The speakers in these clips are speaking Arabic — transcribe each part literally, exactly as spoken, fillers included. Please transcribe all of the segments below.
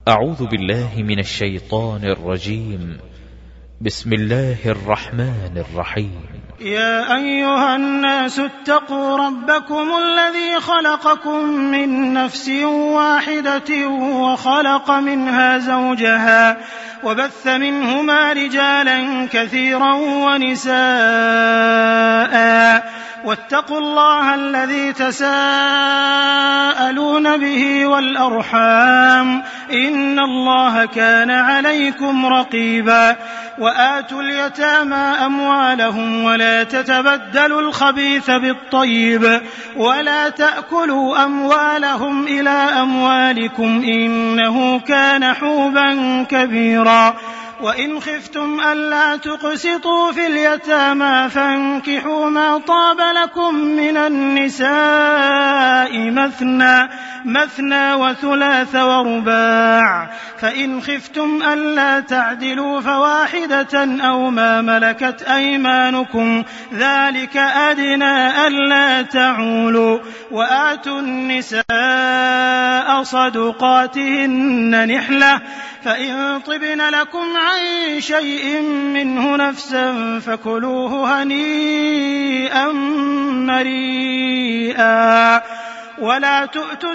أعوذ بالله من الشيطان الرجيم. بسم الله الرحمن الرحيم. يا أيها الناس اتقوا ربكم الذي خلقكم من نفس واحدة وخلق منها زوجها وبث منهما رجالا كثيرا ونساء واتقوا الله الذي تساءلون به والأرحام إن الله كان عليكم رقيبا وآتوا اليتامى أموالهم ولا تتبدلوا الخبيث بالطيب ولا تأكلوا أموالهم إلى أموالكم إنه كان حوبا كبيرا وإن خفتم ألا تقسطوا في اليتامى فانكحوا ما طاب لكم من النساء مثنى مثنى وثلاث ورباع فإن خفتم ألا تعدلوا فواحدة أو ما ملكت أيمانكم ذلك أدنى ألا تعولوا وآتوا النساء صدقاتهن نحلة فإن طبن لكم عن شيء منه نفسا فكلوه هنيئا مريئا ولا تؤتوا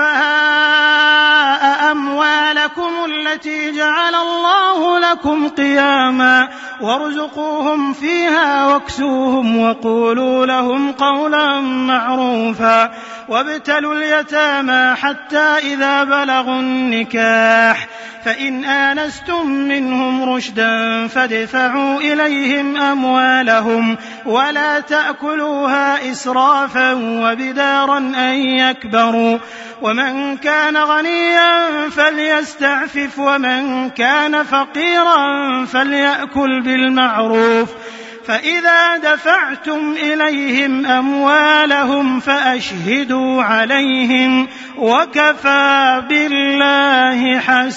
السفهاء أموالكم التي جعل الله لكم قياما وارزقوهم فيها واكسوهم وقولوا لهم قولا معروفا وابتلوا اليتامى حتى إذا بلغوا النكاح فإن آنستم منهم رشدا فادفعوا إليهم أموالهم ولا تأكلوها إسرافا وبدارا أن يكبروا ومن كان غنيا فليستعفف ومن كان فقيرا فليأكل بالمعروف فإذا دفعتم إليهم أموالهم فأشهدوا عليهم وكفى بالله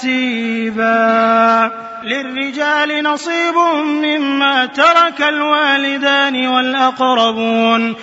حسيبا. للرجال نصيب مما ترك الوالدان والأقربون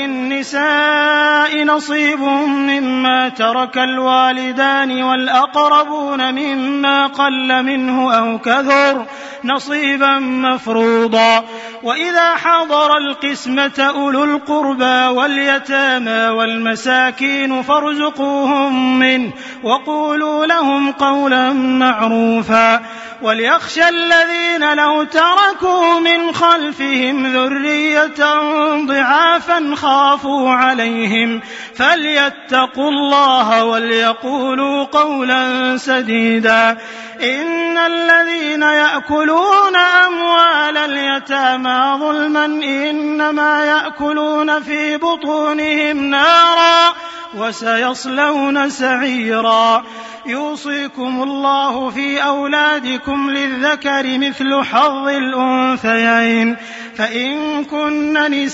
وللنساء نصيب مما ترك الوالدان والأقربون مما قل منه أو كثر نصيبا مفروضا وإذا حضر القسمة أولو القربى واليتامى والمساكين فارزقوهم منه وقولوا لهم قولا معروفا وليخشى الذين لو تركوا من خلفهم ذرية ضعافا خافوا عليهم فليتقوا الله وليقولوا قولا سديدا إن الذين يأكلون أموال اليتامى ظلما إنما يأكلون في بطونهم نارا وسيصلون سعيرا. يوصيكم الله في أولادكم للذكر مثل حظ الأنثيين فإن كن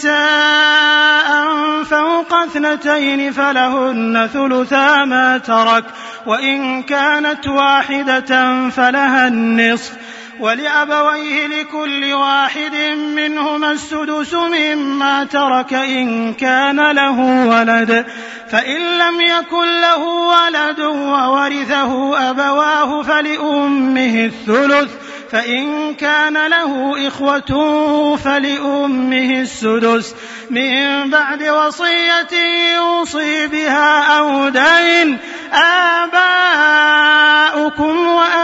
نساء فوق اثنتين فلهن ثلثا ما ترك وإن كانت واحدة فلها النصف ولأبويه لكل واحد منهما السدس مما ترك إن كان له ولد فإن لم يكن له ولد وورثه أبواه فلأمه الثلث فإن كان له إخوة فلأمه السدس من بعد وصية يوصي بها أو دين. آباؤكم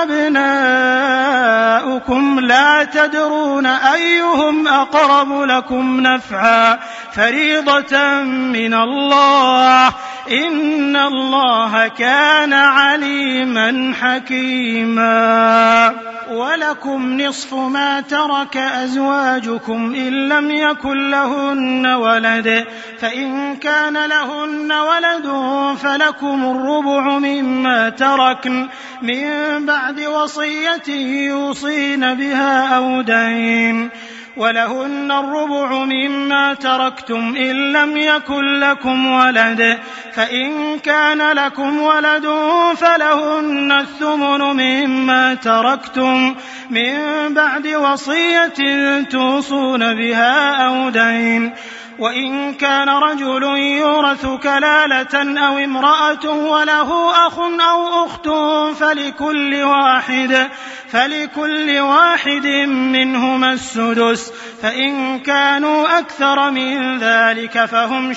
وأبناؤكم لا تدرون أيهم أقرب لكم نفعا فريضة من الله إن الله كان عليما حكيما. ولكم نصف ما ترك أزواجكم إن لم يكن لهن ولد فإن كان لهن ولد فلكم الربع مما تركن من بعد وصية يوصين بها أو دين ولهن الربع مما تركتم إن لم يكن لكم ولد فإن كان لكم ولد فلهن الثمن مما تركتم من بعد وصية توصون بها أو دين وإن كان رجل يورث كلالة أو امرأة وله أخ أو أخت فلكل واحد فلكل واحد منهما السدس، فإن كانوا أكثر من ذلك فهم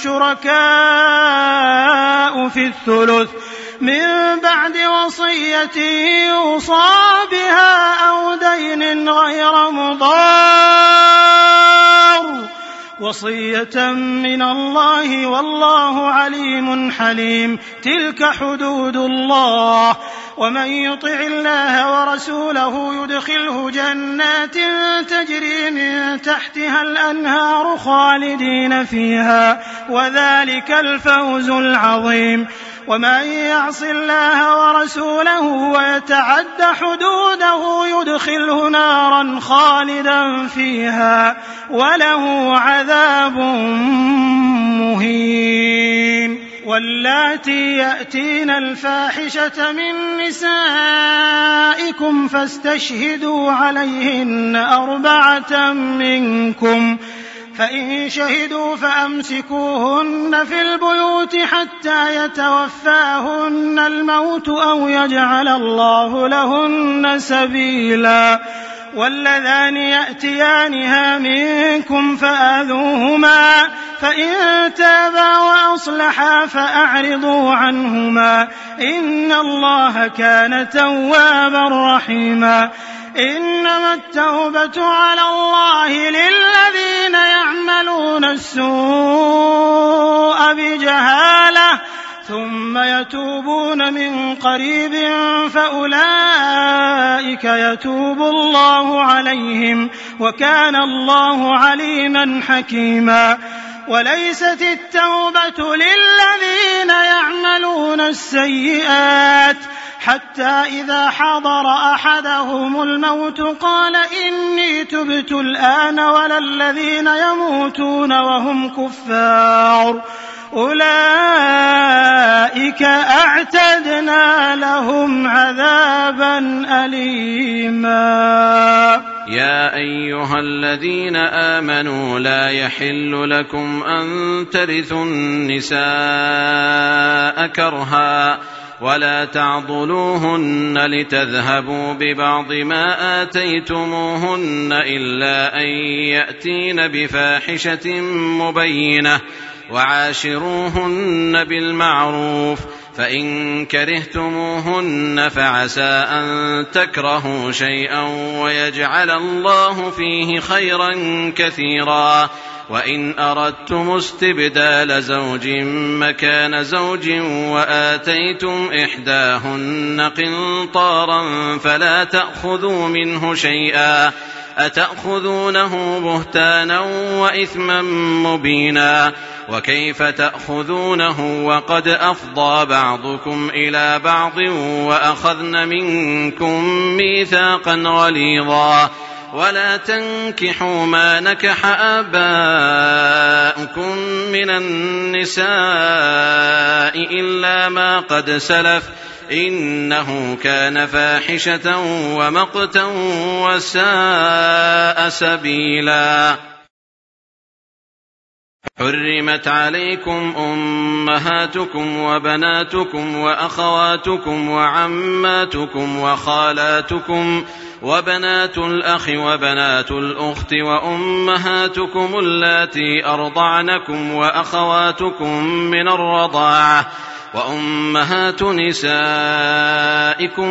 شركاء في الثلث من بعد وصية يوصى بها أو دين غير مضار، وصية من الله والله عليم حليم. تلك حدود الله، ومن يطع الله ورسوله يدخله جنات تجري من تحتها الأنهار خالدين فيها، وذلك الفوز العظيم. ومن يعص الله ورسوله ويتعد حدوده يدخله نارا خالدا فيها وله عذاب مهين. واللاتي يأتين الفاحشة من نسائكم فاستشهدوا عليهن أربعة منكم، فإن شهدوا فأمسكوهن في البيوت حتى يتوفاهن الموت أو يجعل الله لهن سبيلا. واللذان يأتيانها منكم فآذوهما، فإن تابا وأصلحا فأعرضوا عنهما، إن الله كان توابا رحيما. إنما التوبة على الله للذين يعملون السوء بجهالة ثم يتوبون من قريب فأولئك يتوب الله عليهم، وكان الله عليما حكيما. وليست التوبة للذين يعملون السيئات حتى إذا حضر أحدهم الموت قال إني تبت الآن، ولا الذين يموتون وهم كفار، أولئك أعتدنا لهم عذابا أليما. يا أيها الذين آمنوا لا يحل لكم أن ترثوا النساء كرها ولا تعضلوهن لتذهبوا ببعض ما آتيتموهن إلا أن يأتين بفاحشة مبينة، وعاشروهن بالمعروف، فإن كرهتموهن فعسى أن تكرهوا شيئا ويجعل الله فيه خيرا كثيرا. وإن أردتم استبدال زوج مكان زوج وآتيتم إحداهن قنطارا فلا تأخذوا منه شيئا، أتأخذونه بهتانا وإثما مبينا، وكيف تأخذونه وقد أفضى بعضكم إلى بعض وأخذن منكم ميثاقا غليظا. ولا تنكحوا ما نكح آباؤكم من النساء إلا ما قد سلف، إنه كان فاحشة ومقتا وساء سبيلا. حرمت عليكم أمهاتكم وبناتكم وأخواتكم وعماتكم وخالاتكم وبنات الأخ وبنات الأخت وأمهاتكم اللاتي أرضعنكم وأخواتكم من الرضاعة وأمهات نسائكم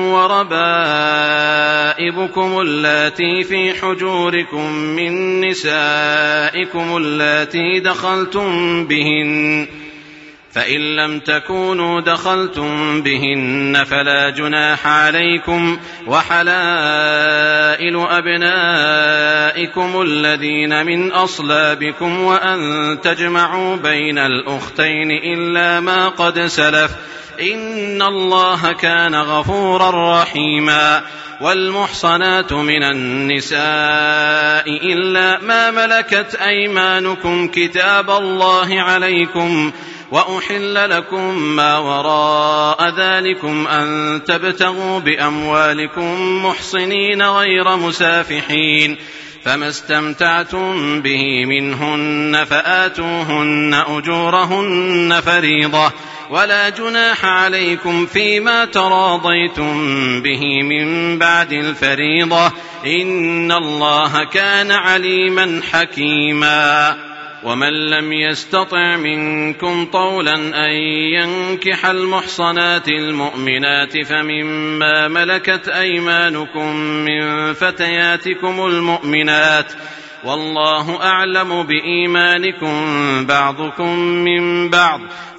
وربائبكم اللاتي في حجوركم من نسائكم اللاتي دخلتم بهن، فإن لم تكونوا دخلتم بهن فلا جناح عليكم، وحلائل أبنائكم الذين من أصلابكم، وأن تجمعوا بين الأختين إلا ما قد سلف، إن الله كان غفورا رحيما. والمحصنات من النساء إلا ما ملكت أيمانكم كتاب الله عليكم، وأحل لكم ما وراء ذلكم أن تبتغوا بأموالكم محصنين غير مسافحين، فما استمتعتم به منهن فآتوهن أجورهن فريضة ولا جناح عليكم فيما تراضيتم به من بعد الفريضة إن الله كان عليما حكيما. ومن لم يستطع منكم طولا أن ينكح المحصنات المؤمنات فمما ملكت أيمانكم من فتياتكم المؤمنات والله أعلم بإيمانكم بعضكم من بعض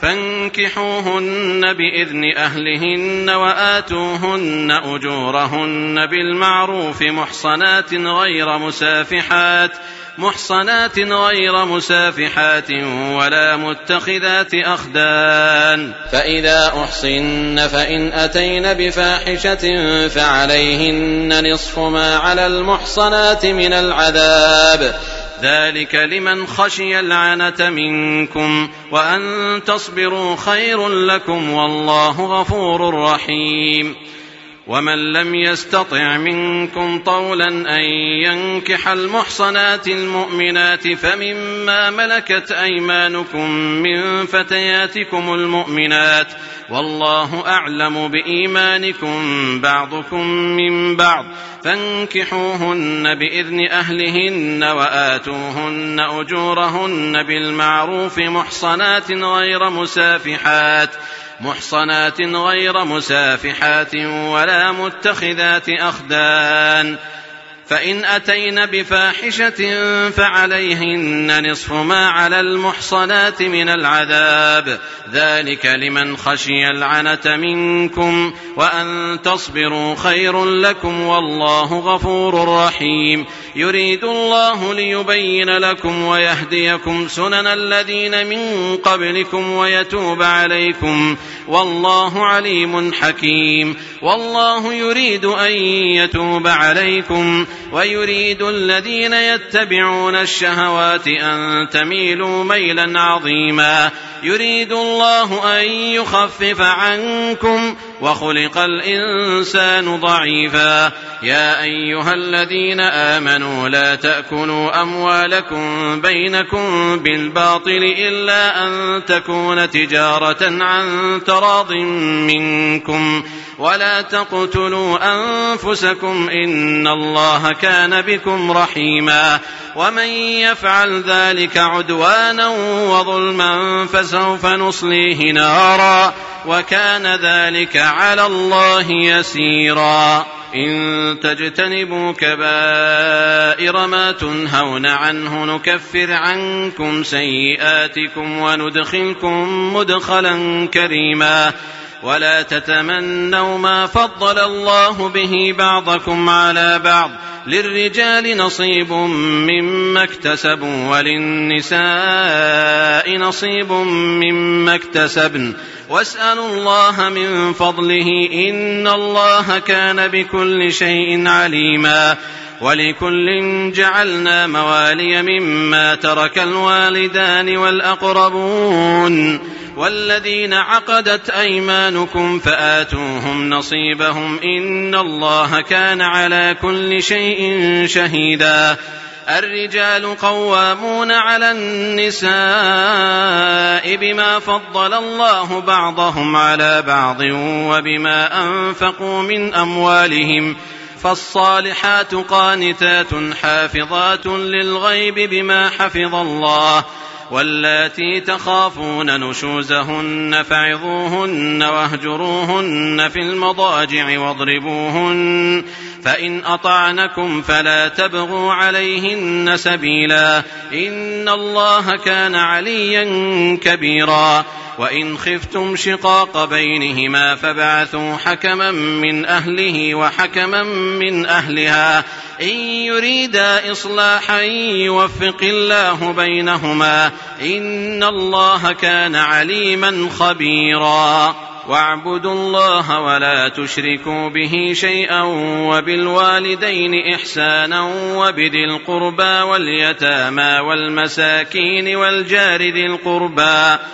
فانكحوهن بإذن أهلهن وآتوهن أجورهن بالمعروف محصنات غير مسافحات محصنات غير مسافحات ولا متخذات أخدان. فإذا أحصن فإن أتين بفاحشة فعليهن نصف ما على المحصنات من العذاب ذلك لمن خشي العنة منكم وأن تصبروا خير لكم والله غفور رحيم. ومن لم يستطع منكم طولا أن ينكح المحصنات المؤمنات فمما ملكت أيمانكم من فتياتكم المؤمنات والله أعلم بإيمانكم بعضكم من بعض فانكحوهن بإذن أهلهن وآتوهن أجورهن بالمعروف محصنات غير مسافحات محصنات غير مسافحات ولا متخذات أخدان. فإن أتين بفاحشة فعليهن نصف ما على المحصنات من العذاب ذلك لمن خشي العنة منكم وأن تصبروا خير لكم والله غفور رحيم. يريد الله ليبين لكم ويهديكم سنن الذين من قبلكم ويتوب عليكم والله عليم حكيم. والله يريد أن يتوب عليكم ويريد الذين يتبعون الشهوات أن تميلوا ميلا عظيما. يريد الله أن يخفف عنكم وخلق الإنسان ضعيفا. يا أيها الذين آمنوا لا تأكلوا أموالكم بينكم بالباطل إلا أن تكون تجارة عن تراض منكم ولا تقتلوا أنفسكم إن الله كان بكم رحيما. ومن يفعل ذلك عدوانا وظلما فسوف نصليه نارا وكان ذلك على الله يسيرا. إن تجتنبوا كبائر ما تنهون عنه نكفر عنكم سيئاتكم وندخلكم مدخلا كريما. ولا تتمنوا ما فضل الله به بعضكم على بعض للرجال نصيب مما اكتسبوا وللنساء نصيب مما اكتسبن واسألوا الله من فضله إن الله كان بكل شيء عليما. ولكل جعلنا موالي مما ترك الوالدان والأقربون والذين عقدت أيمانكم فآتوهم نصيبهم إن الله كان على كل شيء شهيدا. الرجال قوامون على النساء بما فضل الله بعضهم على بعض وبما أنفقوا من أموالهم فالصالحات قانتات حافظات للغيب بما حفظ الله واللاتي تخافون نشوزهن فعظوهن واهجروهن في المضاجع واضربوهن فإن أطعنكم فلا تبغوا عليهن سبيلا إن الله كان عليا كبيرا. وإن خفتم شقاق بينهما فابعثوا حكما من أهله وحكما من أهلها إن يريدا إصلاحا يوفق الله بينهما إن الله كان عليما خبيرا. واعبدوا الله ولا تشركوا به شيئا وبالوالدين إحسانا وبذي القربى واليتامى والمساكين والجار ذي القربى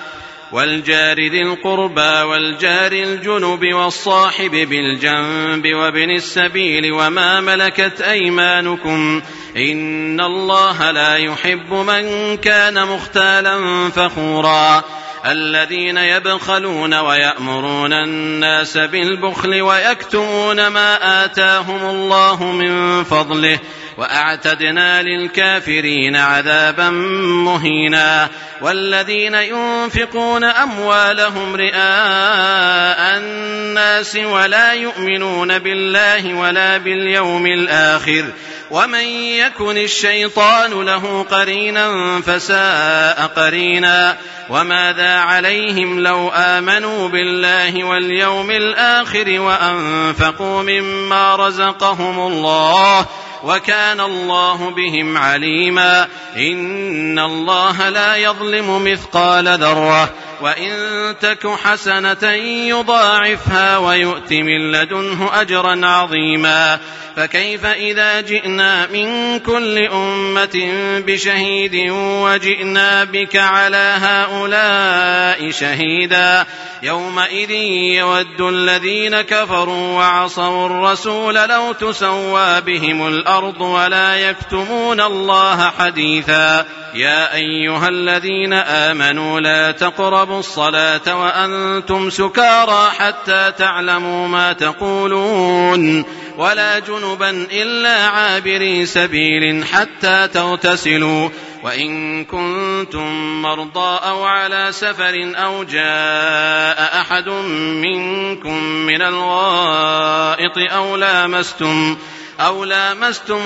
والجار ذي القربى والجار الجنب والصاحب بالجنب وابن السبيل وما ملكت أيمانكم إن الله لا يحب من كان مختالا فخورا الذين يبخلون ويأمرون الناس بالبخل ويكتمون ما آتاهم الله من فضله وأعتدنا للكافرين عذابا مهينا والذين ينفقون أموالهم رئاء الناس ولا يؤمنون بالله ولا باليوم الآخر ومن يكن الشيطان له قرينا فساء قرينا وماذا عليهم لو آمنوا بالله واليوم الآخر وأنفقوا مما رزقهم الله وكان الله بهم عليما إن الله لا يظلم مثقال ذرة وإن تك حسنة يضاعفها ويؤت من لدنه أجرا عظيما فكيف إذا جئنا من كل أمة بشهيد وجئنا بك على هؤلاء شهيدا يومئذ يود الذين كفروا وعصوا الرسول لو تسوى بهم الأرض ولا يكتمون الله حديثا يا أيها الذين آمنوا لا تقربوا الصلاة وأنتم سكارى حتى تعلموا ما تقولون ولا جنبا إلا عابري سبيل حتى تغتسلوا وإن كنتم مرضى أو على سفر أو جاء أحد منكم من الغائط أو لامستم أو لامستم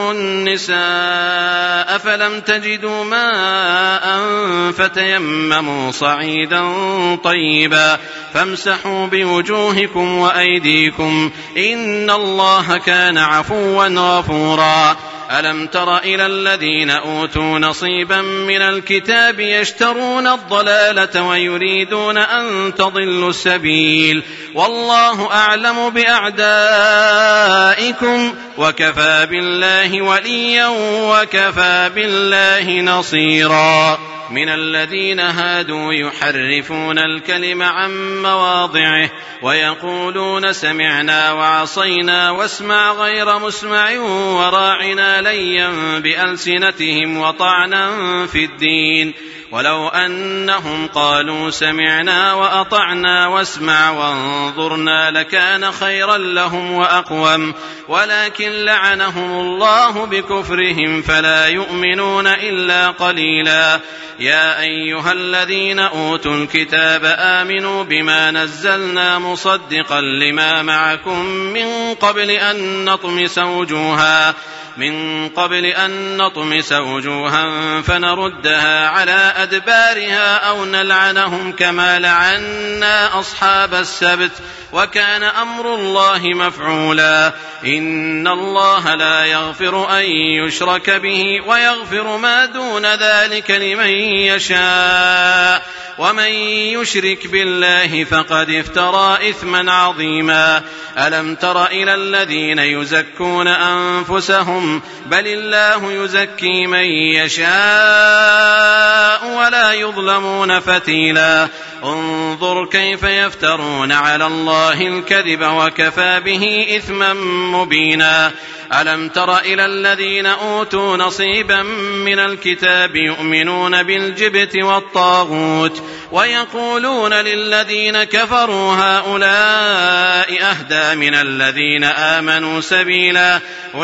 النساء فلم تجدوا ماء فتيمموا صعيدا طيبا فامسحوا بوجوهكم وأيديكم إن الله كان عفوا غفورا ألم تر إلى الذين أوتوا نصيبا من الكتاب يشترون الضلالة ويريدون أن تضلوا السبيل والله أعلم بأعدائكم وكفى بالله وليا وكفى بالله نصيرا من الذين هادوا يحرفون الكلم عن مواضعه ويقولون سمعنا وعصينا واسمع غير مسمع وراعنا ليا بألسنتهم وطعنا في الدين ولو أنهم قالوا سمعنا وأطعنا واسمع وانظرنا لكان خيرا لهم وأقوم ولكن لعنهم الله بكفرهم فلا يؤمنون إلا قليلا يا أيها الذين أوتوا الكتاب آمنوا بما نزلنا مصدقا لما معكم من قبل أن نطمس وجوها من قبل أن نطمس وجوها فنردها على أدبارها أو نلعنهم كما لعنا أصحاب السبت وكان أمر الله مفعولا إن الله لا يغفر أن يشرك به ويغفر ما دون ذلك لمن يشاء ومن يشرك بالله فقد افترى إثما عظيما ألم تر إلى الذين يزكون أنفسهم بل الله يزكي من يشاء ولا يظلمون فتيلا انظر كيف يفترون على الله الكذب وكفى به إثما مبينا ألم تر إلى الذين أوتوا نصيبا من الكتاب يؤمنون بالجبت والطاغوت ويقولون للذين كفروا هؤلاء أهدى من الذين آمنوا سبيلا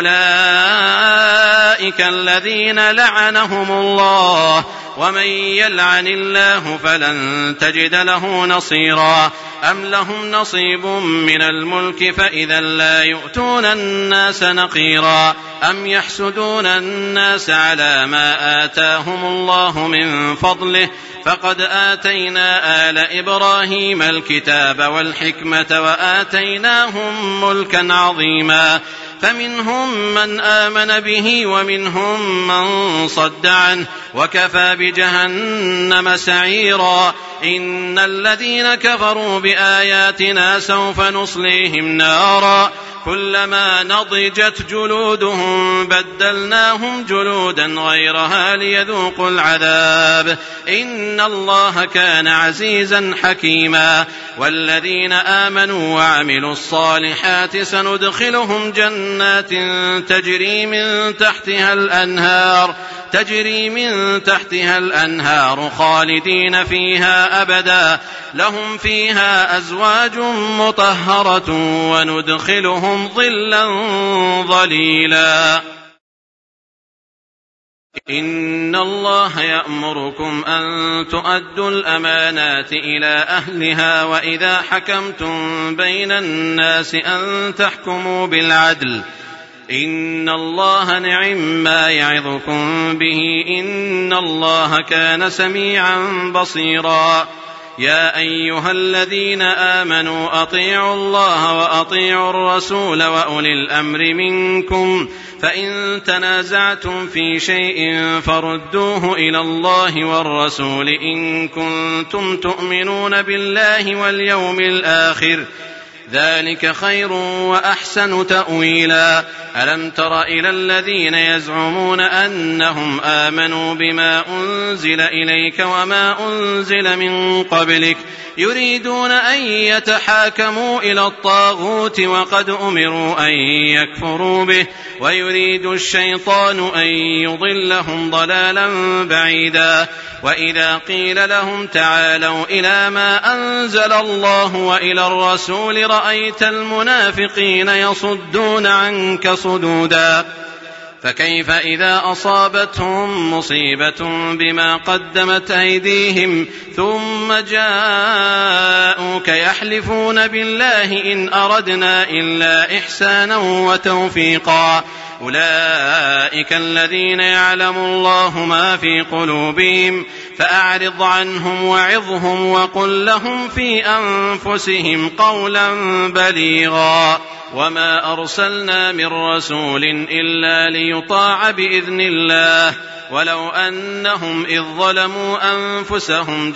أولئك الذين لعنهم الله ومن يلعن الله فلن تجد له نصيرا أم لهم نصيب من الملك فإذا لا يؤتون الناس نقيرا أم يحسدون الناس على ما آتاهم الله من فضله فقد آتينا آل إبراهيم الكتاب والحكمة وآتيناهم ملكا عظيما فمنهم من آمن به ومنهم من صد عنه وكفى بجهنم سعيرا إن الذين كفروا بآياتنا سوف نصليهم نارا كلما نضجت جلودهم بدلناهم جلودا غيرها ليذوقوا العذاب إن الله كان عزيزا حكيما والذين آمنوا وعملوا الصالحات سندخلهم جنات تجري من تحتها الأنهار تجري من تحتها الأنهار خالدين فيها أبدا لهم فيها أزواج مطهرة وندخلهم ظلا ظليلا إن الله يأمركم أن تؤدوا الأمانات إلى أهلها وإذا حكمتم بين الناس أن تحكموا بالعدل إن الله نعم ما يعظكم به إن الله كان سميعا بصيرا يا أيها الذين آمنوا أطيعوا الله وأطيعوا الرسول وأولي الأمر منكم فإن تنازعتم في شيء فردوه إلى الله والرسول إن كنتم تؤمنون بالله واليوم الآخر ذلك خير وأحسن تأويلا ألم تر إلى الذين يزعمون أنهم آمنوا بما أنزل إليك وما أنزل من قبلك يريدون أن يتحاكموا إلى الطاغوت وقد أمروا أن يكفروا به ويريد الشيطان أن يضلهم ضلالا بعيدا وإذا قيل لهم تعالوا إلى ما أنزل الله وإلى الرسول رأيت المنافقين يصدون عنك صدودا فكيف إذا أصابتهم مصيبة بما قدمت أيديهم ثم جاءوك يحلفون بالله إن أردنا إلا إحسانا وتوفيقا أولئك الذين يعلم الله ما في قلوبهم فأعرض عنهم وعظهم وقل لهم في أنفسهم قولا بليغا وما أرسلنا من رسول إلا ليطاع بإذن الله ولو أنهم إذ ظلموا أنفسهم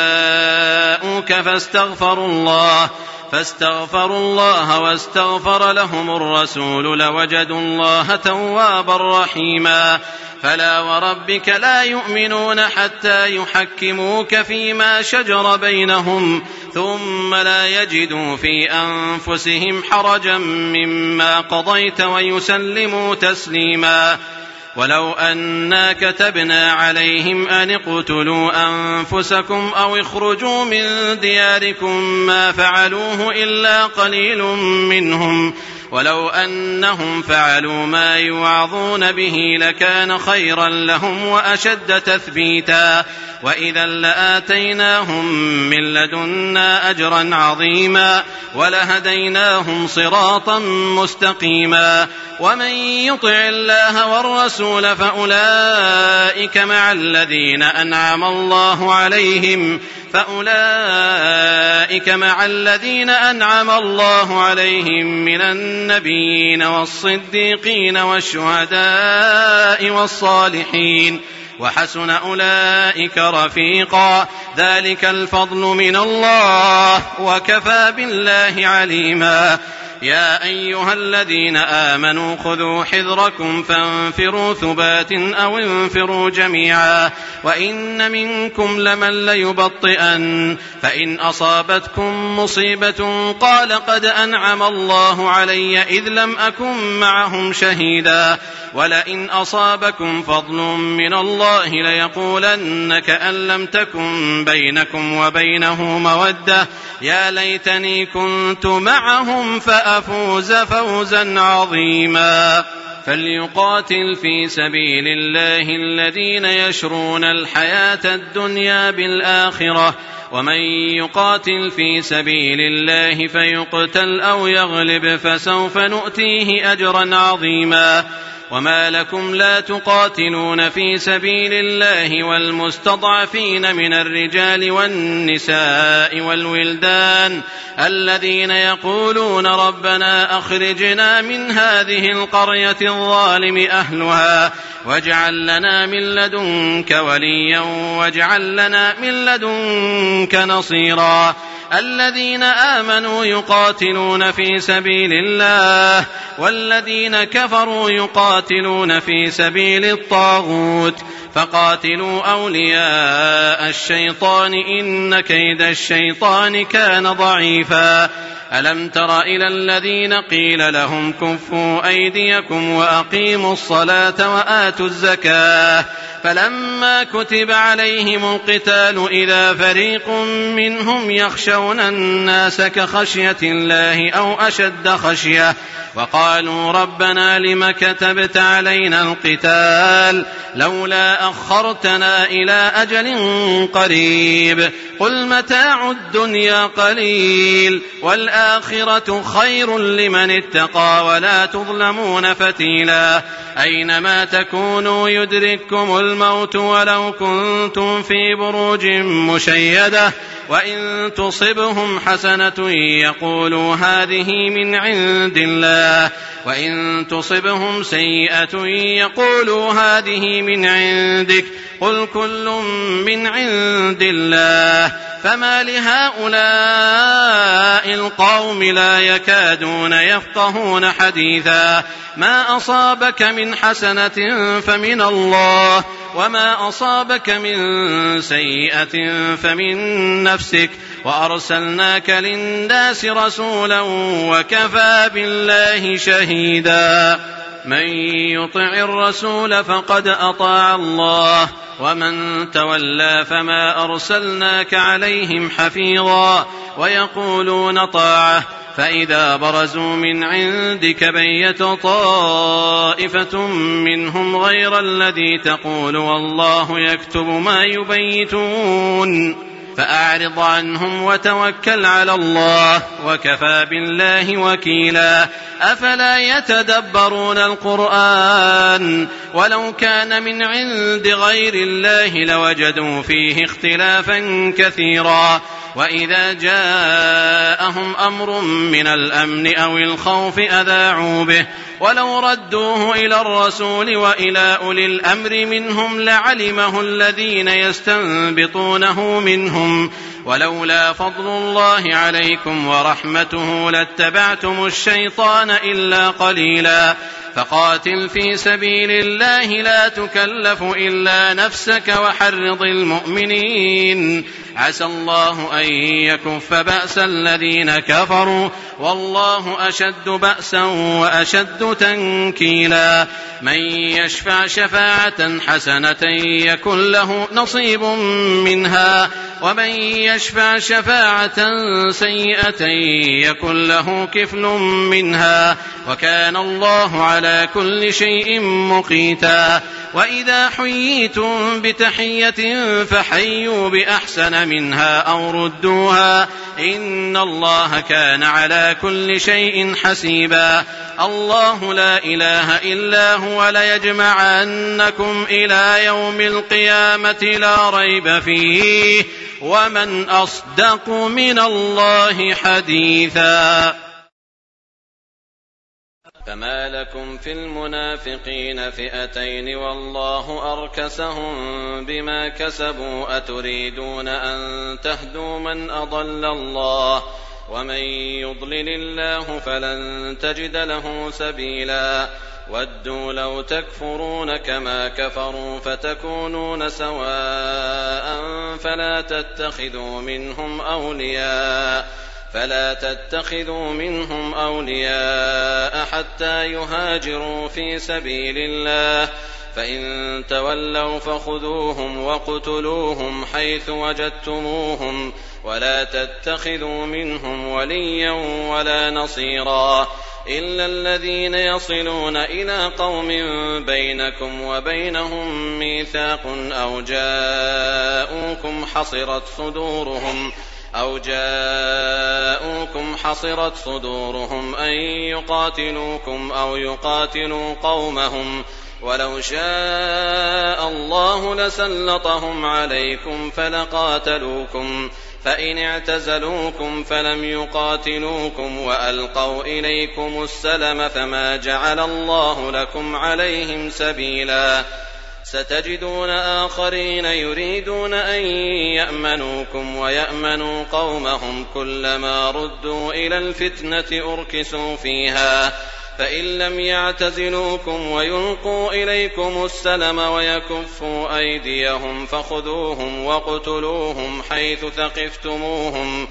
جاءوك فاستغفروا الله فاستغفروا الله واستغفر لهم الرسول لوجدوا الله توابا رحيما فلا وربك لا يؤمنون حتى يحكموك فيما شجر بينهم ثم لا يجدوا في أنفسهم حرجا مما قضيت ويسلموا تسليما ولو أنا كتبنا عليهم أن اقتلوا أنفسكم أو اخرجوا من دياركم ما فعلوه إلا قليل منهم ولو أنهم فعلوا ما يوعظون به لكان خيرا لهم وأشد تثبيتا وإذا لآتيناهم من لدنا أجرا عظيما ولهديناهم صراطا مستقيما ومن يطع الله والرسول فأولئك مع الذين أنعم الله عليهم فأولئك مع الذين أنعم الله عليهم من النبيين والصديقين والشهداء والصالحين وحسن أولئك رفيقا ذلك الفضل من الله وكفى بالله عليما يا أيها الذين آمنوا خذوا حذركم فانفروا ثبات أو انفروا جميعا وإن منكم لمن ليبطئن فإن أصابتكم مصيبة قال قد أنعم الله علي إذ لم أكن معهم شهيدا ولئن أصابكم فضل من الله ليقولن كأن لم تكن بينكم وبينه مودة يا ليتني كنت معهم فأفوز فوزا عظيما فليقاتل في سبيل الله الذين يشرون الحياة الدنيا بالآخرة ومن يقاتل في سبيل الله فيقتل أو يغلب فسوف نؤتيه أجرا عظيما وما لكم لا تقاتلون في سبيل الله والمستضعفين من الرجال والنساء والولدان الذين يقولون ربنا أخرجنا من هذه القرية الظالم أهلها واجعل لنا من لدنك وليا واجعل لنا من لدنك نصيرا الذين آمنوا يقاتلون في سبيل الله والذين كفروا يقاتلون في سبيل الطاغوت فقاتلوا أولياء الشيطان إن كيد الشيطان كان ضعيفا ألم تر إلى الذين قيل لهم كفوا أيديكم وأقيموا الصلاة وآتوا الزكاة فلما كتب عليهم القتال إذا فريق منهم يخشون الناس كخشية الله أو أشد خشية وقالوا ربنا لم كتبت علينا القتال لولا أخرتنا إلى أجل قريب قل متاع الدنيا قليل والآخرة خير لمن اتقى ولا تظلمون فتيلا أينما تكونوا يدرككم الموت ولو كنتم في بروج مشيدة وإن تصبهم حسنة يقولوا هذه من عند الله وإن تصبهم سيئة يقولوا هذه من عندك قل كل من عند الله فما لهؤلاء القوم لا يكادون يفقهون حديثا ما أصابك من حسنة فمن الله وما أصابك من سيئة فمن نفسك وأرسلناك للناس رسولا وكفى بالله شهيدا من يطع الرسول فقد أطاع الله ومن تولى فما أرسلناك عليهم حفيظا ويقولون طاعة فإذا برزوا من عندك بيت طائفة منهم غير الذي تقول والله يكتب ما يبيتون فأعرض عنهم وتوكل على الله وكفى بالله وكيلا أفلا يتدبرون القرآن ولو كان من عند غير الله لوجدوا فيه اختلافا كثيرا وإذا جاءهم أمر من الأمن أو الخوف أذاعوا به ولو ردوه إلى الرسول وإلى أولي الأمر منهم لعلمه الذين يستنبطونه منهم ولولا فضل الله عليكم ورحمته لاتبعتم الشيطان إلا قليلا فقاتل في سبيل الله لا تكلف إلا نفسك وحرض المؤمنين عسى الله أن يكف بأس الذين كفروا والله أشد بأسا وأشد تنكيلا من يشفع شفاعة حسنة يكن له نصيب منها ومن يشفع شفاعة سيئة يكن له كفل منها وكان الله على كل شيء مقيتا وإذا حييتم بتحية فحيوا بأحسن منها أو ردوها إن الله كان على كل شيء حسيبا الله لا إله إلا هو ليجمعنكم إلى يوم القيامة لا ريب فيه ومن أصدق من الله حديثا فما لكم في المنافقين فئتين والله أركسهم بما كسبوا أتريدون أن تهدوا من أضل الله ومن يضلل الله فلن تجد له سبيلا ودوا لو تكفرون كما كفروا فتكونون سواء فلا تتخذوا منهم أولياء فلا تتخذوا منهم أولياء حتى يهاجروا في سبيل الله فإن تولوا فخذوهم وقتلوهم حيث وجدتموهم ولا تتخذوا منهم وليا ولا نصيرا إلا الذين يصلون إلى قوم بينكم وبينهم ميثاق أو جاءوكم حصرت صدورهم أو جاءوكم حصرت صدورهم أن يقاتلوكم أو يقاتلوا قومهم ولو شاء الله لسلطهم عليكم فلقاتلوكم فإن اعتزلوكم فلم يقاتلوكم وألقوا إليكم السلم فما جعل الله لكم عليهم سبيلا ستجدون آخرين يريدون أن يأمنوكم ويأمنوا قومهم كلما ردوا إلى الفتنة أركسوا فيها فإن لم يعتزلوكم ويلقوا إليكم السلم ويكفوا أيديهم فخذوهم واقتلوهم حيث ثقفتموهم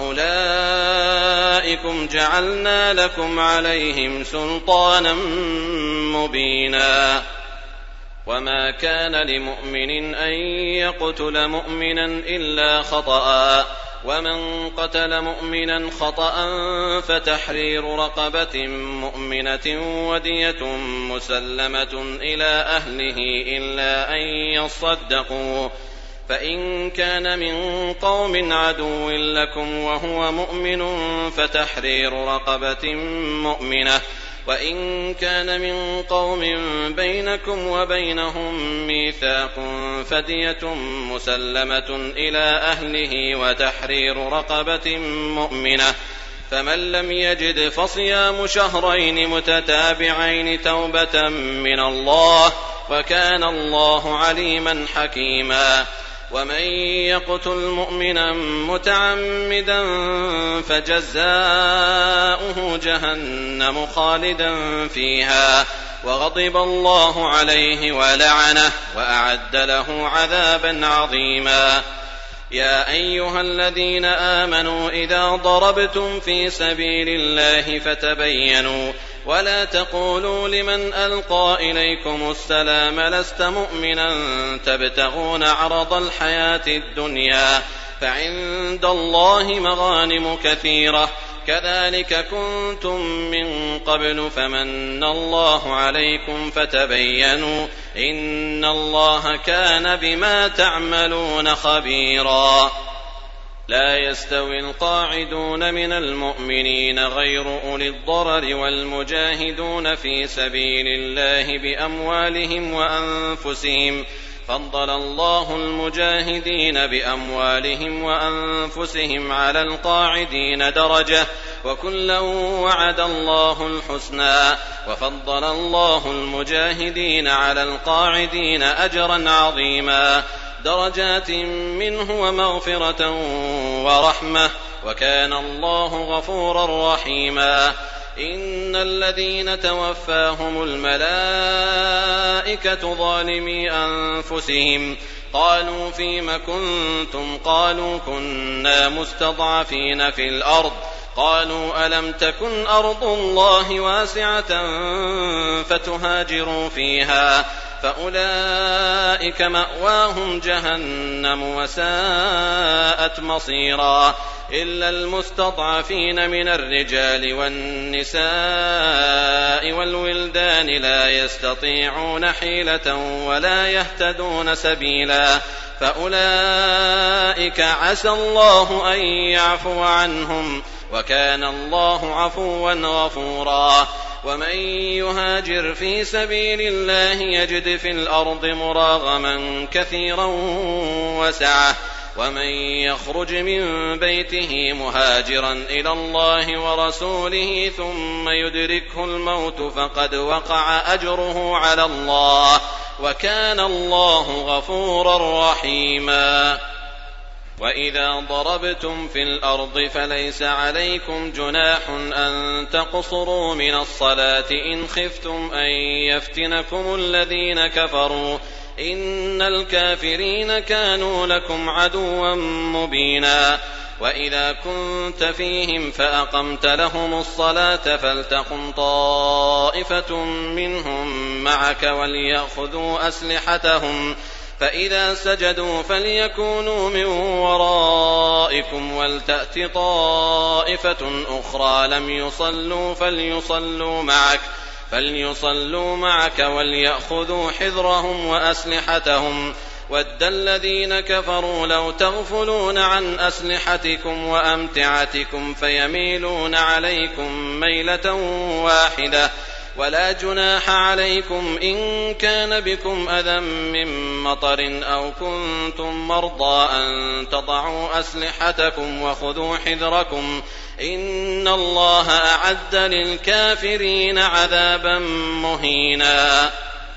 وأولئكم جعلنا لكم عليهم سلطانا مبينا. وما كان لمؤمن أن يقتل مؤمنا إلا خطأ ومن قتل مؤمنا خطأ فتحرير رقبة مؤمنة ودية مسلمة إلى أهله إلا أن يصدقوا فإن كان من قوم عدو لكم وهو مؤمن فتحرير رقبة مؤمنة وإن كان من قوم بينكم وبينهم ميثاق فدية مسلمة إلى أهله وتحرير رقبة مؤمنة فمن لم يجد فصيام شهرين متتابعين توبة من الله وكان الله عليما حكيما. ومن يقتل مؤمنا متعمدا فجزاؤه جهنم خالدا فيها وغضب الله عليه ولعنه وأعد له عذابا عظيما. يا أيها الذين آمنوا إذا ضربتم في سبيل الله فتبينوا ولا تقولوا لمن ألقى إليكم السلام لست مؤمنا تبتغون عرض الحياة الدنيا فعند الله مغانم كثيرة كذلك كنتم من قبل فمن الله عليكم فتبينوا إن الله كان بما تعملون خبيرا. لا يستوي القاعدون من المؤمنين غير أولي الضرر والمجاهدون في سبيل الله بأموالهم وأنفسهم فضل الله المجاهدين بأموالهم وأنفسهم على القاعدين درجة وكلا وعد الله الحسنى وفضل الله المجاهدين على القاعدين أجرا عظيما درجات منه ومغفرة ورحمة وكان الله غفورا رحيما. إن الذين توفاهم الملائكة ظالمي أنفسهم قالوا فيم كنتم قالوا كنا مستضعفين في الأرض قالوا ألم تكن أرض الله واسعة فتهاجروا فيها فأولئك مأواهم جهنم وساءت مصيرا إلا المستضعفين من الرجال والنساء والولدان لا يستطيعون حيلة ولا يهتدون سبيلا فأولئك عسى الله أن يعفو عنهم وكان الله عفوا غفورا. ومن يهاجر في سبيل الله يجد في الأرض مراغما كثيرا وسعة ومن يخرج من بيته مهاجرا إلى الله ورسوله ثم يدركه الموت فقد وقع أجره على الله وكان الله غفورا رحيما. وإذا ضربتم في الأرض فليس عليكم جناح أن تقصروا من الصلاة إن خفتم أن يفتنكم الذين كفروا إن الكافرين كانوا لكم عدوا مبينا. وإذا كنت فيهم فأقمت لهم الصلاة فلتقم طائفة منهم معك وليأخذوا أسلحتهم فإذا سجدوا فليكونوا من ورائكم ولتأت طائفة أخرى لم يصلوا فليصلوا معك فليصلوا معك وليأخذوا حذرهم وأسلحتهم ود الذين كفروا لو تغفلون عن أسلحتكم وأمتعتكم فيميلون عليكم ميلة واحدة ولا جناح عليكم إن كان بكم أذى من مطر أو كنتم مرضى أن تضعوا أسلحتكم وخذوا حذركم إن الله أعد للكافرين عذابا مهينا.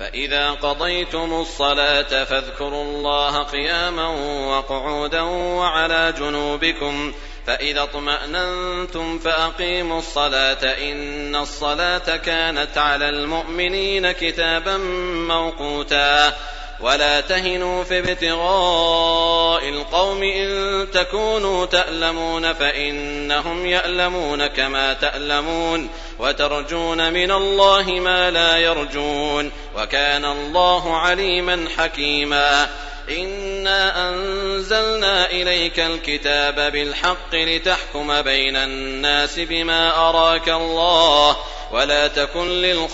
فإذا قضيتم الصلاة فاذكروا الله قياما وقعودا وعلى جنوبكم فإذا اطمأننتم فأقيموا الصلاة إن الصلاة كانت على المؤمنين كتابا موقوتا ولا تهنوا في ابتغاء القوم إن تكونوا تألمون فإنهم يألمون كما تألمون وترجون من الله ما لا يرجون وكان الله عليما حكيما إنا أنزلنا إليك الكتاب بالحق لتحكم بين الناس بما أراك الله ولا تكن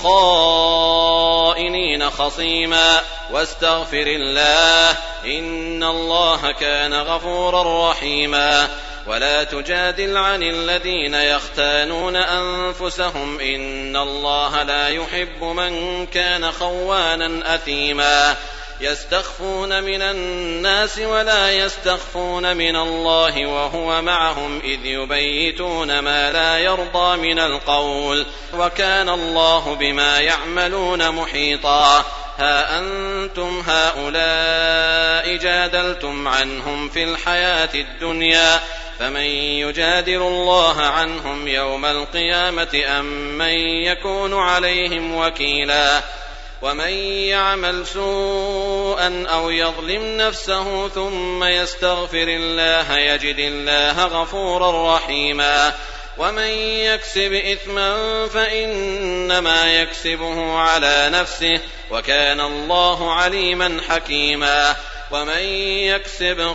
للخائنين خصيما واستغفر الله إن الله كان غفورا رحيما ولا تجادل عن الذين يختانون أنفسهم إن الله لا يحب من كان خوانا أثيما يستخفون من الناس ولا يستخفون من الله وهو معهم إذ يبيتون ما لا يرضى من القول وكان الله بما يعملون محيطا ها أنتم هؤلاء جادلتم عنهم في الحياة الدنيا فمن يجادل الله عنهم يوم القيامة أم من يكون عليهم وكيلا ومن يعمل سوءا أو يظلم نفسه ثم يستغفر الله يجد الله غفورا رحيما ومن يكسب إثما فإنما يكسبه على نفسه وكان الله عليما حكيما ومن يكسب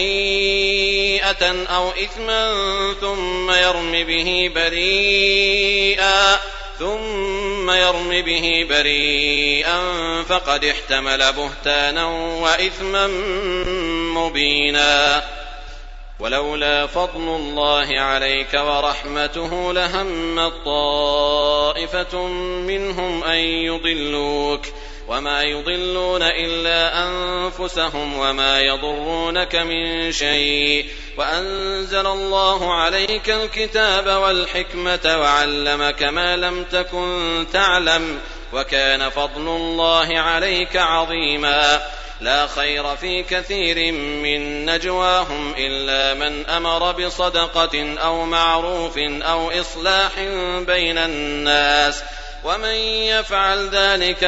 خطيئة أو إثما ثم يرم به بريئا ثم يرم به بريئا فقد احتمل بهتانا وإثما مبينا ولولا فضل الله عليك ورحمته لهمت طائفة منهم أن يضلوك وما يضلون إلا أنفسهم وما يضرونك من شيء وأنزل الله عليك الكتاب والحكمة وعلمك ما لم تكن تعلم وكان فضل الله عليك عظيما لا خير في كثير من نجواهم إلا من أمر بصدقة أو معروف أو إصلاح بين الناس ومن يفعل ذلك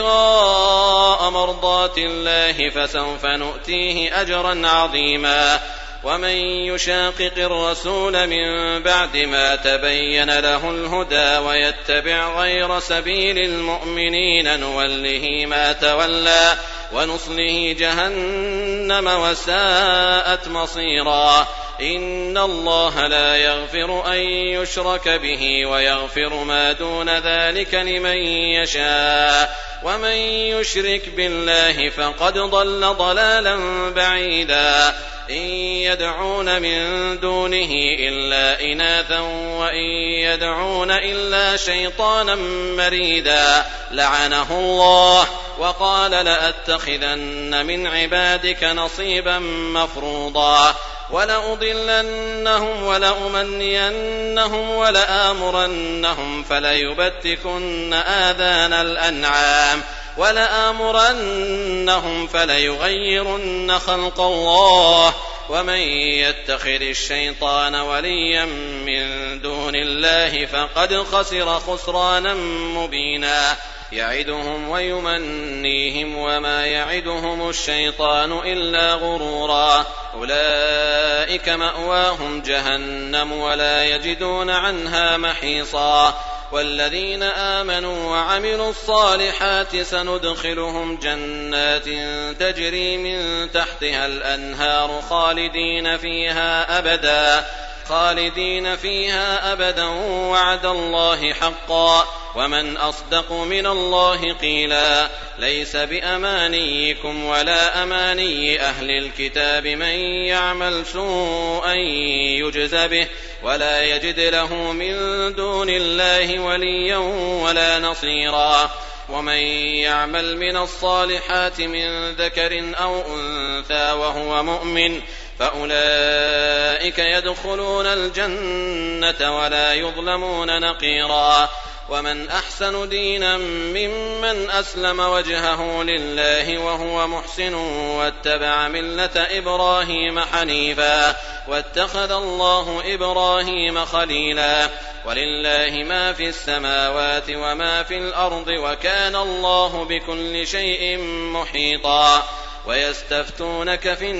ابتغاء مرضات الله فسوف نؤتيه أجرا عظيما ومن يشاقق الرسول من بعد ما تبين له الهدى ويتبع غير سبيل المؤمنين نوله ما تولى ونصله جهنم وساءت مصيرا إن الله لا يغفر أن يشرك به ويغفر ما دون ذلك لمن يشاء ومن يشرك بالله فقد ضل ضلالا بعيدا إن يدعون من دونه إلا إناثا وإن يدعون إلا شيطانا مريدا لعنه الله وقال لأتخذن من عبادك نصيبا مفروضا ولأضلنهم ولأمنينهم ولآمرنهم فليبتكن آذان الأنعام ولآمرنهم فليغيرن خلق الله ومن يتخذ الشيطان وليا من دون الله فقد خسر خسرانا مبينا يعدهم ويمنيهم وما يعدهم الشيطان إلا غرورا أولئك مأواهم جهنم ولا يجدون عنها محيصا والذين آمنوا وعملوا الصالحات سندخلهم جنات تجري من تحتها الأنهار خالدين فيها أبدا خالدين فيها أبدا وعد الله حقا ومن أصدق من الله قيلا ليس بأمانيكم ولا أماني أهل الكتاب من يعمل سوءا يجز به ولا يجد له من دون الله وليا ولا نصيرا ومن يعمل من الصالحات من ذكر أو أنثى وهو مؤمن فأولئك يدخلون الجنة ولا يظلمون نقيرا ومن أحسن دينا ممن أسلم وجهه لله وهو محسن واتبع ملة إبراهيم حنيفا واتخذ الله إبراهيم خليلا ولله ما في السماوات وما في الأرض وكان الله بكل شيء محيطا ويستفتونك في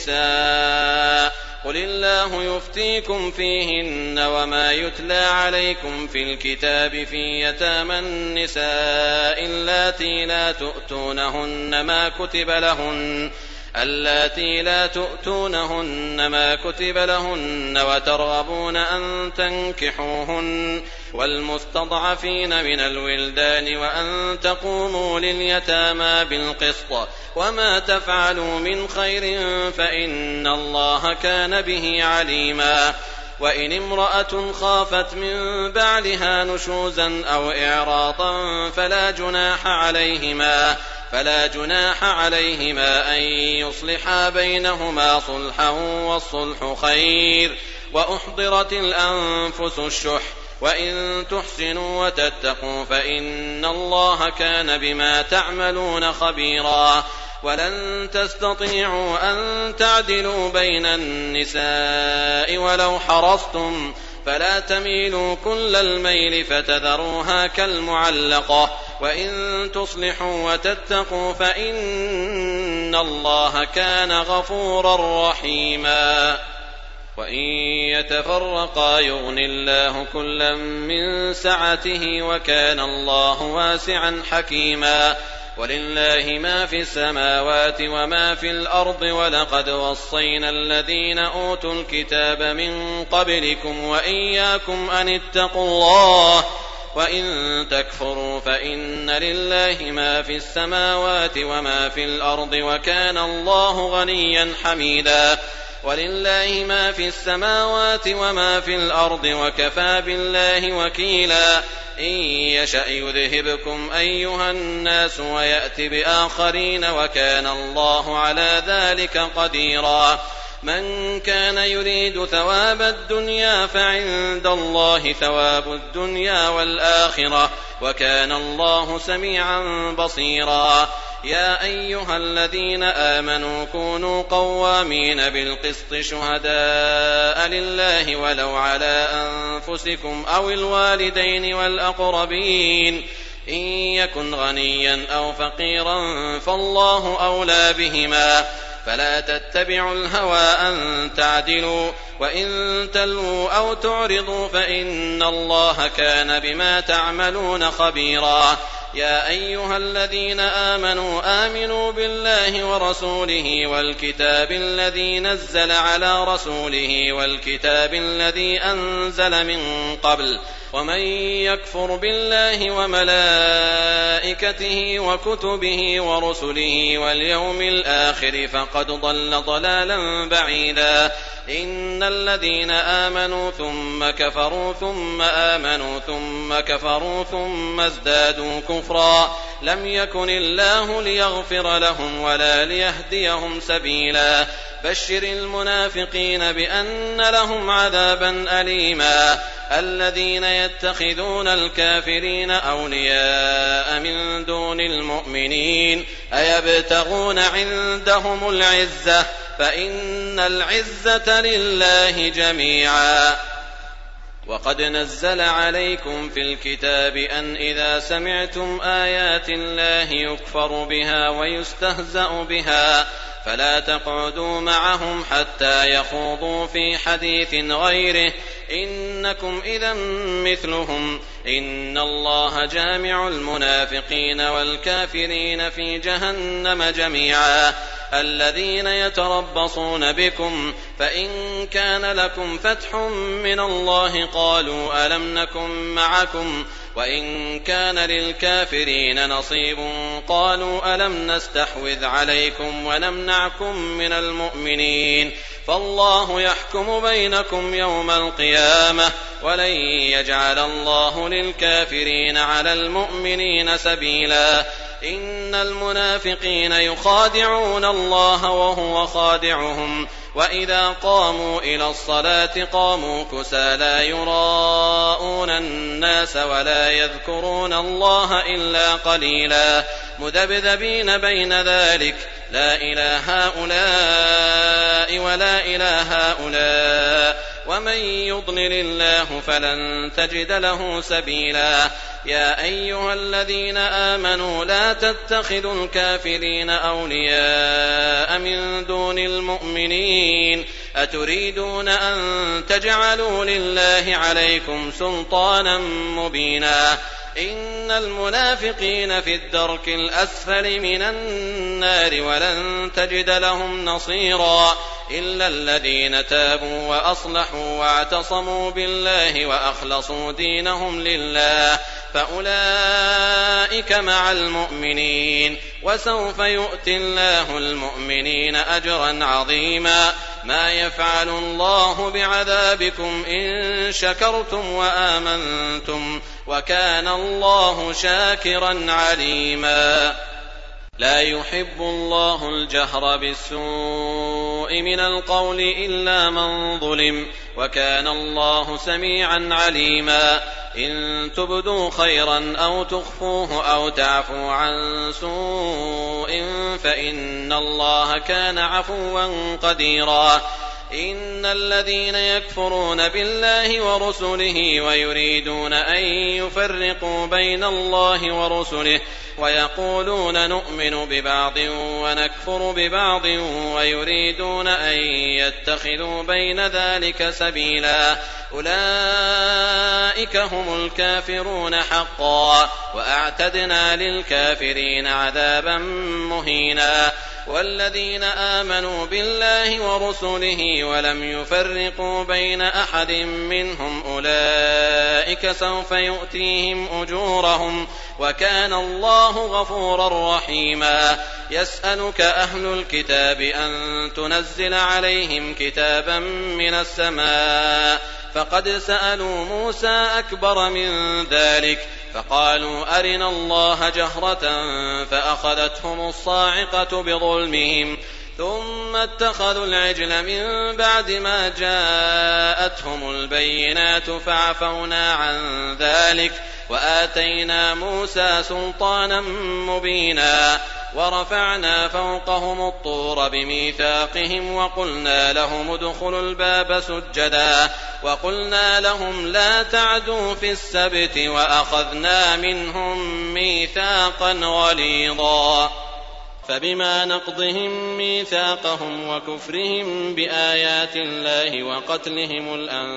النساء قل الله يفتيكم فيهن وما يتلى عليكم في الكتاب في يتامى النساء اللاتي لا تؤتونهن ما كتب لهن اللاتي لا تؤتونهن ما كتب لهن وترغبون أن تنكحوهن والمستضعفين من الولدان وأن تقوموا لليتامى بالقسط وما تفعلوا من خير فإن الله كان به عليما وإن امرأة خافت من بعلها نشوزا أو إعراضا فلا جناح عليهما فلا جناح عليهما أن يصلحا بينهما صلحا والصلح خير وأحضرت الأنفس الشح وإن تحسنوا وتتقوا فإن الله كان بما تعملون خبيرا ولن تستطيعوا أن تعدلوا بين النساء ولو حرصتم فلا تميلوا كل الميل فتذروها كالمعلقة وإن تصلحوا وتتقوا فإن الله كان غفورا رحيما وإن يتفرقا يغن الله كلا من سعته وكان الله واسعا حكيما ولله ما في السماوات وما في الأرض ولقد وصينا الذين أوتوا الكتاب من قبلكم وإياكم أن اتقوا الله وإن تكفروا فإن لله ما في السماوات وما في الأرض وكان الله غنيا حميدا ولله ما في السماوات وما في الأرض وكفى بالله وكيلا إن يشأ يذهبكم أيها الناس ويأت بآخرين وكان الله على ذلك قديرا من كان يريد ثواب الدنيا فعند الله ثواب الدنيا والآخرة وكان الله سميعا بصيرا يا أيها الذين آمنوا كونوا قوامين بالقسط شهداء لله ولو على أنفسكم أو الوالدين والأقربين إن يكن غنيا أو فقيرا فالله أولى بهما فلا تتبعوا الهوى أن تعدلوا وإن تلووا أو تعرضوا فإن الله كان بما تعملون خبيرا يا أيها الذين آمنوا آمنوا بالله ورسوله والكتاب الذي نزل على رسوله والكتاب الذي أنزل من قبل ومن يكفر بالله وملائكته وكتبه ورسله واليوم الآخر فقد ضل ضلالا بعيدا إن الذين آمنوا ثم كفروا ثم آمنوا ثم كفروا ثم ازدادوا كفرا لم يكن الله ليغفر لهم ولا ليهديهم سبيلا بشر المنافقين بأن لهم عذابا أليما الذين يتخذون الكافرين أولياء من دون المؤمنين أيبتغون عندهم العزة فإن العزة لله جميعا وقد نزل عليكم في الكتاب أن إذا سمعتم آيات الله يكفر بها ويستهزأ بها فلا تقعدوا معهم حتى يخوضوا في حديث غيره إنكم إذا مثلهم إن الله جامع المنافقين والكافرين في جهنم جميعا الذين يتربصون بكم فإن كان لكم فتح من الله قالوا ألم نكن معكم وإن كان للكافرين نصيب قالوا ألم نستحوذ عليكم ونمنعكم من المؤمنين فالله يحكم بينكم يوم القيامة ولن يجعل الله للكافرين على المؤمنين سبيلا إن المنافقين يخادعون الله وهو خادعهم وإذا قاموا إلى الصلاة قاموا كسى لا يراءون الناس ولا يذكرون الله إلا قليلا مذبذبين بين ذلك لا إله هؤلاء ولا إله هؤلاء ومن يضلل الله فلن تجد له سبيلا يا أيها الذين آمنوا لا تتخذوا الكافرين أولياء من دون المؤمنين أتريدون أن تجعلوا لله عليكم سلطانا مبينا إن المنافقين في الدرك الأسفل من النار ولن تجد لهم نصيرا إلا الذين تابوا وأصلحوا واعتصموا بالله وأخلصوا دينهم لله فأولئك مع المؤمنين وسوف يؤتي الله المؤمنين أجرا عظيما ما يفعل الله بعذابكم إن شكرتم وآمنتم وكان الله شاكرا عليما لا يحب الله الجهر بالسوء من القول إلا من ظلم وكان الله سميعا عليما إن تبدوا خيرا أو تخفوه أو تعفوا عن سوء فإن الله كان عفوا قديرا إن الذين يكفرون بالله ورسله ويريدون أن يفرقوا بين الله ورسله ويقولون نؤمن ببعض ونكفر ببعض ويريدون أن يتخذوا بين ذلك سبيلا أولئك هم الكافرون حقا وأعتدنا للكافرين عذابا مهينا والذين آمنوا بالله ورسله ولم يفرقوا بين أحد منهم أولئك سوف يؤتيهم أجورهم وكان الله غفورا رحيما يسألك أهل الكتاب أن تنزل عليهم كتابا من السماء فقد سألوا موسى أكبر من ذلك فقالوا أرنا الله جهرة فأخذتهم الصاعقة بظلمهم ثم اتخذوا العجل من بعد ما جاءتهم البينات فعفونا عن ذلك وآتينا موسى سلطانا مبينا ورفعنا فوقهم الطور بميثاقهم وقلنا لهم ادخلوا الباب سجدا وقلنا لهم لا تعدوا في السبت وأخذنا منهم ميثاقا غليظا فبما نقضهم ميثاقهم وكفرهم بآيات الله وقتلهم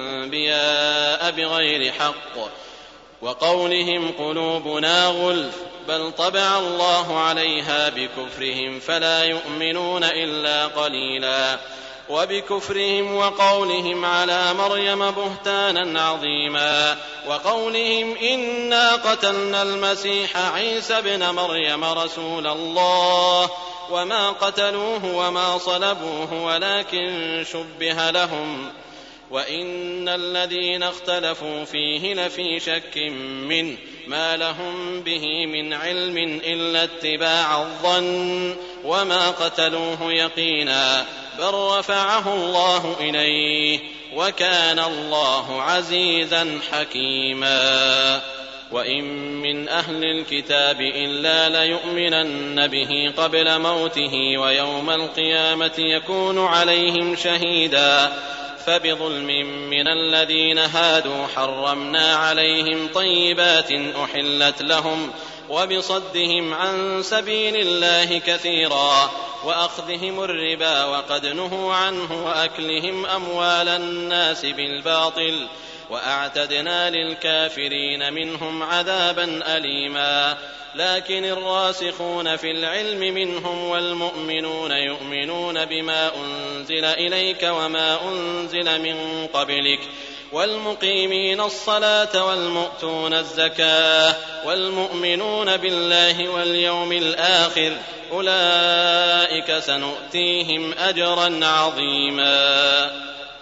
الأنبياء بغير حق وقولهم قلوبنا غلف بل طبع الله عليها بكفرهم فلا يؤمنون إلا قليلا وبكفرهم وقولهم على مريم بهتانا عظيما وقولهم إنا قتلنا المسيح عيسى ابن مريم رسول الله وما قتلوه وما صلبوه ولكن شبه لهم وإن الذين اختلفوا فيه لفي شك منه ما لهم به من علم إلا اتباع الظن وما قتلوه يقينا بل رفعه الله إليه وكان الله عزيزا حكيما وإن من أهل الكتاب إلا ليؤمنن به قبل موته ويوم القيامة يكون عليهم شهيدا فبظلم من الذين هادوا حرمنا عليهم طيبات أحلت لهم وبصدهم عن سبيل الله كثيرا وأخذهم الربا وقد نهوا عنه وأكلهم أموال الناس بالباطل وأعتدنا للكافرين منهم عذابا أليما لكن الراسخون في العلم منهم والمؤمنون يؤمنون بما أنزل إليك وما أنزل من قبلك والمقيمين الصلاة والمؤتون الزكاة والمؤمنون بالله واليوم الآخر أولئك سنؤتيهم أجرا عظيما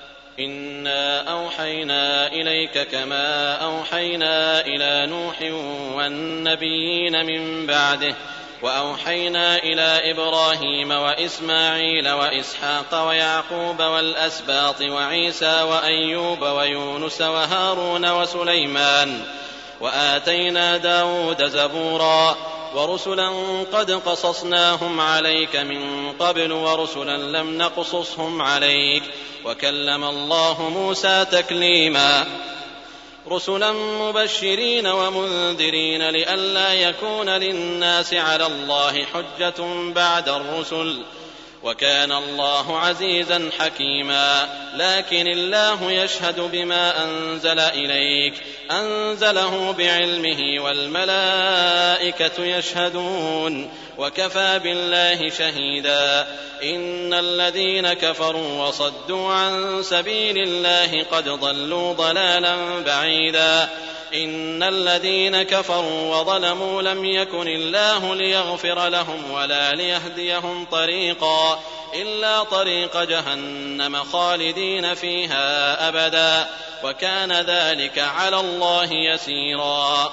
إنا أوحينا إليك كما أوحينا إلى نوح والنبيين من بعده وأوحينا إلى إبراهيم وإسماعيل وإسحاق ويعقوب والأسباط وعيسى وأيوب ويونس وهارون وسليمان وآتينا داود زبورا ورسلا قد قصصناهم عليك من قبل ورسلا لم نقصصهم عليك وكلم الله موسى تكليما رسلا مبشرين ومنذرين لئلا يكون للناس على الله حجة بعد الرسل وكان الله عزيزا حكيما لكن الله يشهد بما أنزل إليك أنزله بعلمه والملائكة يشهدون وكفى بالله شهيدا إن الذين كفروا وصدوا عن سبيل الله قد ضلوا ضلالا بعيدا إن الذين كفروا وظلموا لم يكن الله ليغفر لهم ولا ليهديهم طريقا إلا طريق جهنم خالدين فيها أبدا وكان ذلك على الله يسيرا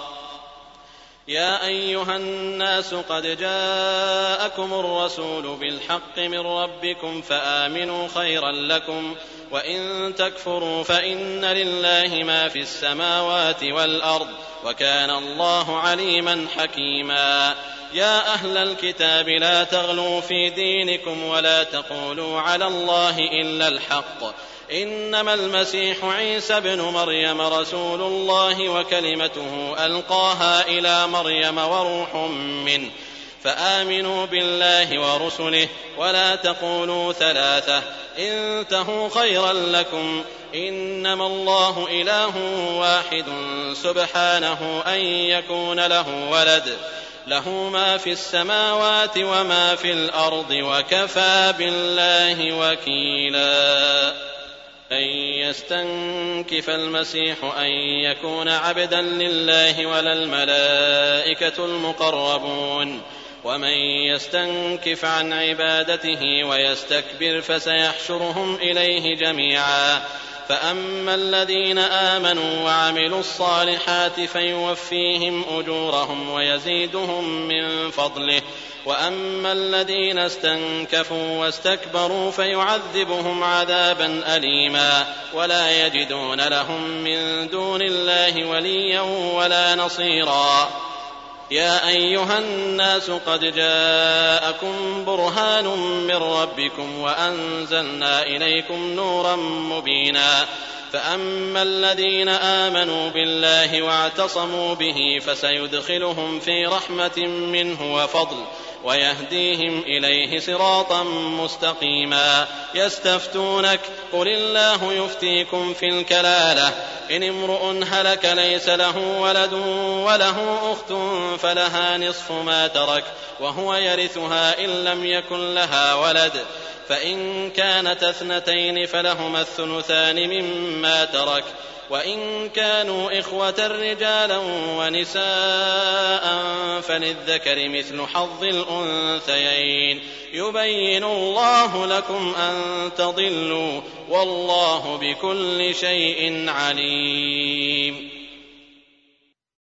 يا أيها الناس قد جاءكم الرسول بالحق من ربكم فآمنوا خيرا لكم وإن تكفروا فإن لله ما في السماوات والأرض وكان الله عليما حكيما يا أهل الكتاب لا تغلوا في دينكم ولا تقولوا على الله إلا الحق إنما المسيح عيسى بن مريم رسول الله وكلمته ألقاها إلى مريم وروح منه فآمنوا بالله ورسله ولا تقولوا ثلاثة انتهوا خيرا لكم إنما الله إله واحد سبحانه أن يكون له ولد له ما في السماوات وما في الأرض وكفى بالله وكيلا أن يستنكف المسيح أن يكون عبدا لله ولا الملائكة المقربون ومن يستنكف عن عبادته ويستكبر فسيحشرهم إليه جميعا فأما الذين آمنوا وعملوا الصالحات فيوفيهم أجورهم ويزيدهم من فضله وأما الذين استنكفوا واستكبروا فيعذبهم عذابا أليما ولا يجدون لهم من دون الله وليا ولا نصيرا يا أيها الناس قد جاءكم برهان من ربكم وأنزلنا إليكم نورا مبينا فأما الذين آمنوا بالله واعتصموا به فسيدخلهم في رحمة منه وفضل ويهديهم إليه صراطا مستقيما يستفتونك قل الله يفتيكم في الكلالة إن امرؤ هلك ليس له ولد وله أخت فلها نصف ما ترك وهو يرثها إن لم يكن لها ولد فإن كانت اثنتين فلهما الثلثان مما ترك وإن كانوا إخوة رجالا ونساء فللذكر مثل حظ الأنثيين يبين الله لكم أن تضلوا والله بكل شيء عليم